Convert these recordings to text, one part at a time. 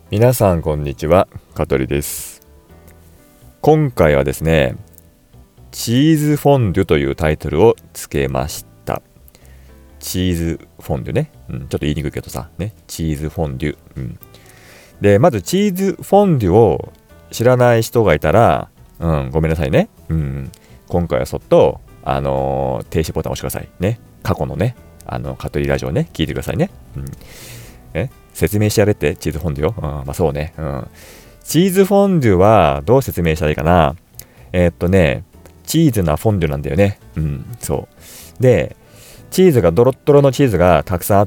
皆さんこんにちは、香取です。今回はですね、チーズフォンデュというタイトルをつけました。チーズフォンデュね、ちょっと言いにくいけどさ、ね、チーズフォンデュ、で、まずチーズフォンデュを知らない人がいたら、ごめんなさいね。今回はそっと、停止ボタンを押してくださいね。過去のね、香取ラジオね、聞いてくださいね。説明してやれってチーズフォンデュを、まあそうね、チーズフォンデュはどう説明したらいいかな。チーズなフォンデュなんだよね。そう。で、チーズがドロッドロのチーズがたくさんあって、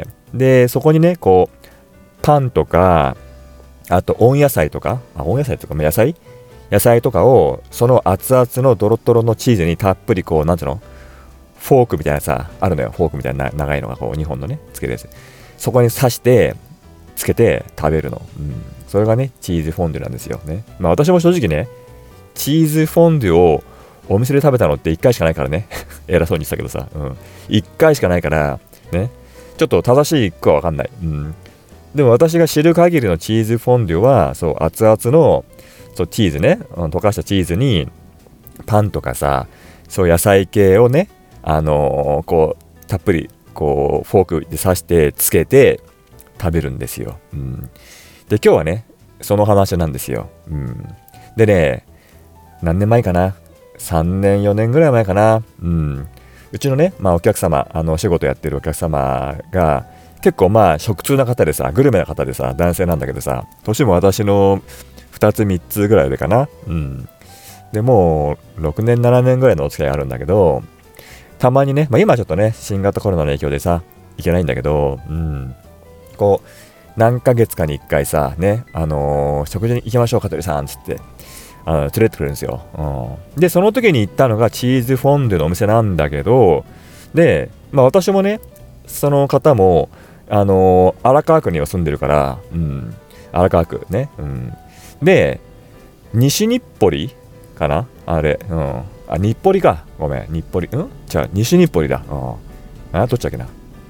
で、そこにね、こう、パンとか、あと温野菜とか、温野菜とかも野菜とかを、その熱々のドロッドロのチーズにたっぷりこう、なんていうのフォークみたいなさ、あるのよ。フォークみたいな長いのがこう、2本のね、つけるやつ。そこに刺してつけて食べるの、それがねチーズフォンデュなんですよね。まあ私も正直ねチーズフォンデュをお店で食べたのって1回しかないからね偉そうにしたけどさ、1回しかないからね、ちょっと正しいかは分かんない、でも私が知る限りのチーズフォンデュはそう熱々のそうチーズね、溶かしたチーズにパンとかさ、そう野菜系をねこうたっぷりこうフォークで刺してつけて食べるんですよ、で今日はねその話なんですよ、でね何年前かな、3年4年ぐらい前かな、うちのね、お客様お仕事やってるお客様が結構食通な方でさ、グルメな方でさ、男性なんだけどさ、年も私の2つ3つぐらい上かな、でもう6年7年ぐらいのお付き合いあるんだけど、たまにね、今ちょっとね新型コロナの影響でさ行けないんだけど、こう何ヶ月かに1回さね、食事に行きましょう香取さんっつって連れてってくれるんですよ、でその時に行ったのがチーズフォンデュのお店なんだけど、で私もねその方も荒川区には住んでるから、荒川区ね、で西日暮里かなあれ、日暮里か、ごめん、日暮里、じゃあ西日暮里だ、どっちだっけな、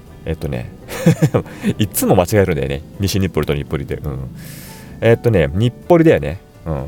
いつも間違えるんだよね、西日暮里と日暮里で、日暮里だよね、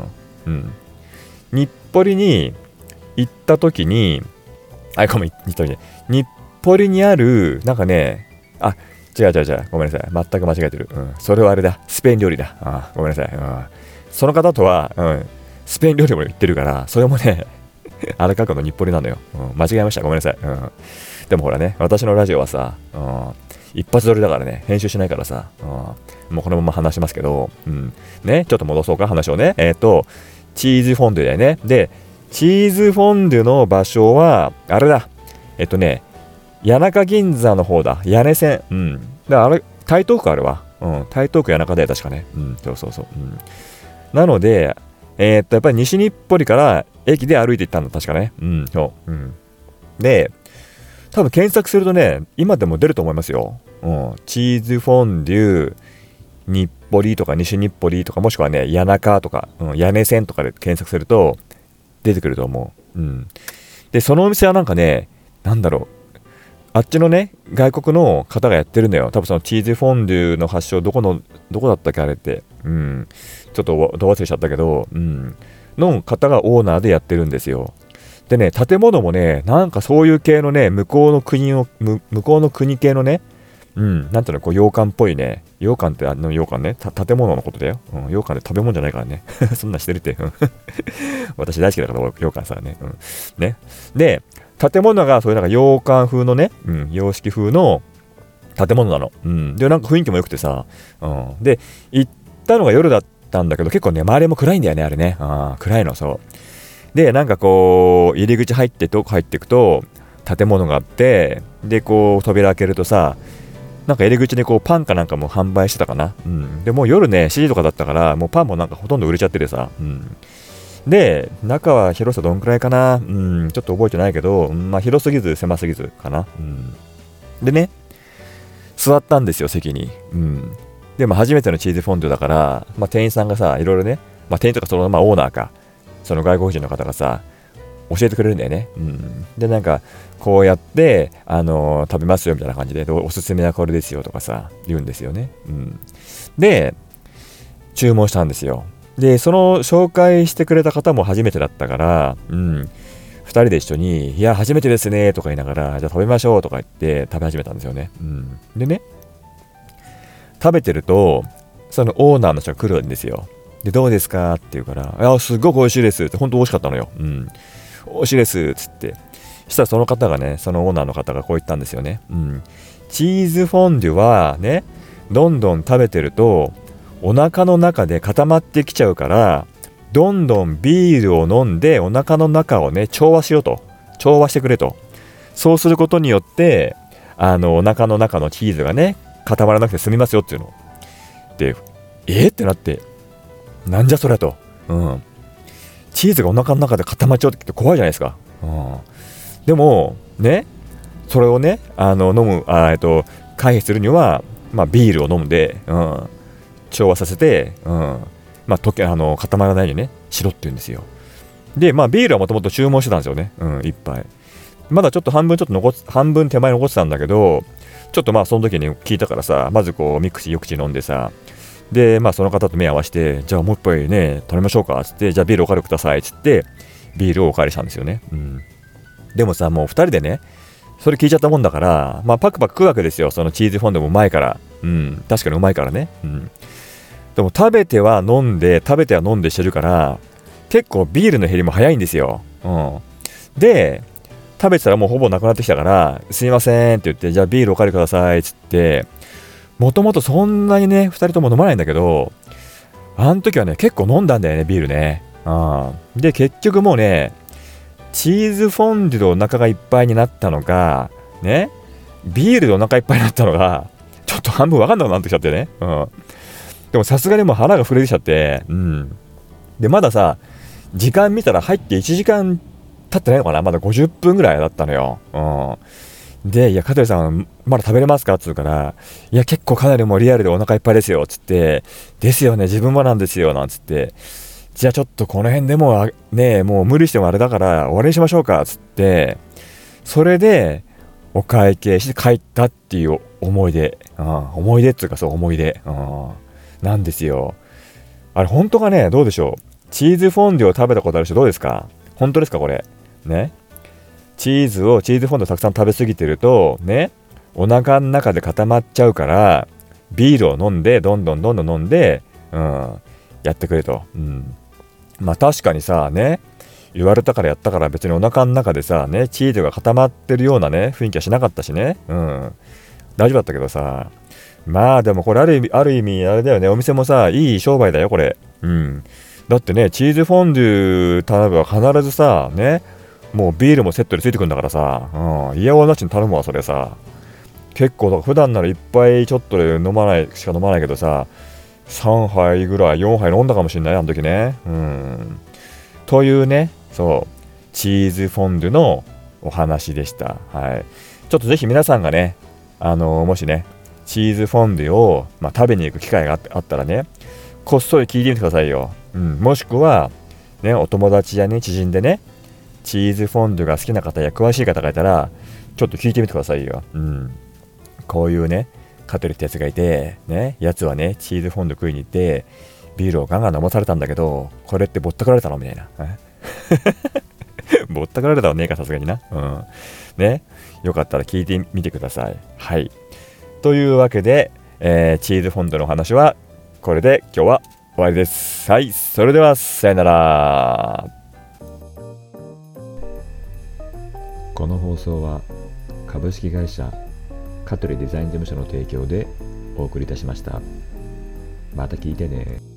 日暮里に行った時に、ごめん、日暮里にあるなんかね、違う、ごめんなさい、全く間違えてる、それはあれだ、スペイン料理だ、ごめんなさい、その方とは、スペイン料理も言ってるから、それもね荒川区の日暮里なのよ、間違えました、ごめんなさい、でもほらね、私のラジオはさ、一発撮りだからね、編集しないからさ、もうこのまま話しますけど、ね、ちょっと戻そうか、話をね。チーズフォンデュだよね。で、チーズフォンデュの場所は、あれだ、谷中銀座の方だ、屋根線。だからあれ、台東区あるわ。台東区谷中だよ、確かね。そう。なので、やっぱり西日暮里から駅で歩いて行ったんだ、確かね。で、多分検索するとね、今でも出ると思いますよ。チーズフォンデュ、日暮里とか西日暮里とか、もしくはね、谷中とか、屋根線とかで検索すると出てくると思う。で、そのお店はなんかね、なんだろう、あっちのね、外国の方がやってるのよ。多分そのチーズフォンデュの発祥、どこだったっけ、あれって。ちょっとど忘れしちゃったけど、の方がオーナーでやってるんですよ。でね、建物もね、なんかそういう系のね、向こうの国系のね、なんていうの、こう洋館っぽいね、洋館って洋館ね、建物のことだよ。洋館って食べ物じゃないからね。そんなんしてるって。私大好きだから、洋館さね。ね。で、建物がそういうなんか洋館風のね、洋式風の建物なの。で、なんか雰囲気も良くてさ、で、行ったのが夜だったんだけど、結構ね、周りも暗いんだよね、あれね。暗いの、そう。で、なんかこう、入り口入っていくと、建物があって、で、こう、扉開けるとさ、なんか入り口にこうパンかなんかも販売してたかな。で、もう夜ね、7時とかだったから、もうパンもなんかほとんど売れちゃっててさ。で、中は広さどんくらいかな。ちょっと覚えてないけど、広すぎず狭すぎずかな。でね、座ったんですよ、席に。で、初めてのチーズフォンデュだから、店員さんがさ、いろいろね、店員とかその、オーナーか、その外国人の方がさ、教えてくれるんだよね。で、なんか、こうやって、食べますよみたいな感じで、おすすめはこれですよとかさ、言うんですよね。で、 注文したんですよ。で、その紹介してくれた方も初めてだったから、2人で一緒に、いや、初めてですね、とか言いながら、じゃあ食べましょうとか言って食べ始めたんですよね。でね、食べてると、そのオーナーの人が来るんですよ。で、どうですかって言うから、いや、すっごく美味しいですって、本当美味しかったのよ。美味しいですっつって。そしたらその方がね、そのオーナーの方がこう言ったんですよね。チーズフォンデュはね、どんどん食べてると、お腹の中で固まってきちゃうから、どんどんビールを飲んでお腹の中をね、調和しようと。調和してくれと。そうすることによって、お腹の中のチーズがね、固まらなくて済みますよっていうの。で、ってなって、なんじゃそりゃと。チーズがお腹の中で固まっちゃうって怖いじゃないですか。でも、ね、それをね、飲む、回避するには、ビールを飲んで、調和させて、固まらないようにね、しろって言うんですよ。で、ビールはもともと注文してたんですよね。一杯。まだちょっと半分手前残ってたんだけど、ちょっとその時に聞いたからさ、まずこう、ミックスよ口飲んでさ、で、その方と目合わせて、じゃあもう一杯ね、取りましょうか、つって、じゃあビールおかわりください、つって、ビールをおかわりしたんですよね。でもさ、もう2人でね、それ聞いちゃったもんだから、パクパク食うわけですよ、そのチーズフォンデュもうまいから。確かにうまいからね。でも食べては飲んでしてるから、結構ビールの減りも早いんですよ。で、食べてたらもうほぼなくなってきたから、すいませんって言って、じゃあビールおかわりください、つって、もともとそんなにね、2人とも飲まないんだけど、あの時はね、結構飲んだんだよね、ビールね。で、結局もうね、チーズフォンデュでお腹がいっぱいになったのか、ね、ビールでお腹いっぱいになったのが、ちょっと半分わかんなくなってきちゃってね。でもさすがにもう腹が震えてきちゃって、で、まださ、時間見たら入って1時間経ってないのかな、まだ50分ぐらいだったのよ。で、いや、香取さん、まだ食べれますかって言うから、いや、結構かなりもうリアルでお腹いっぱいですよ、つって、ですよね、自分もなんですよ、なんつって、じゃあちょっとこの辺でもうね、もう無理してもあれだから終わりにしましょうか、つって、それで、お会計して帰ったっていう思い出、思い出っていうかそう思い出、なんですよ。あれ、本当かね、どうでしょう。チーズフォンデュを食べたことある人どうですか？本当ですかこれ。ね。チーズフォンデュをたくさん食べ過ぎてると、ね、お腹の中で固まっちゃうから、ビールを飲んで、どんどん飲んで、やってくれと。確かにさ、ね、言われたからやったから別にお腹の中でさ、ね、チーズが固まってるようなね、雰囲気はしなかったしね。大丈夫だったけどさ、でもこれある意味あれだよね、お店もさ、いい商売だよ、これ。だってね、チーズフォンデュ頼めば必ずさ、ね、もうビールもセットでついてくるんだからさ、いやおなしに頼むわ、それさ。結構、普段なら1杯ちょっとでしか飲まないけどさ、3杯ぐらい、4杯飲んだかもしれない、あの時ね。というね、そう、チーズフォンデュのお話でした。はい。ちょっとぜひ皆さんがね、もしね、チーズフォンデュを、食べに行く機会があったらね、こっそり聞いてみてくださいよ。もしくは、ね、お友達やね、知人でね、チーズフォンデュが好きな方や詳しい方がいたら、ちょっと聞いてみてくださいよ。こういうね、香取ってやつがいて、ね、やつはね、チーズフォンデュ食いに行って、ビールをガンガン飲まされたんだけど、これってぼったくられたのみたいな。ぼったくられたはねえか、さすがにな。ね、よかったら聞いてみてください。はい。というわけで、チーズフォンデュのお話は、これで今日は終わりです。はい。それでは、さよなら。 この放送は株式会社香取デザイン事務所の提供でお送りいたしました。また聞いてね。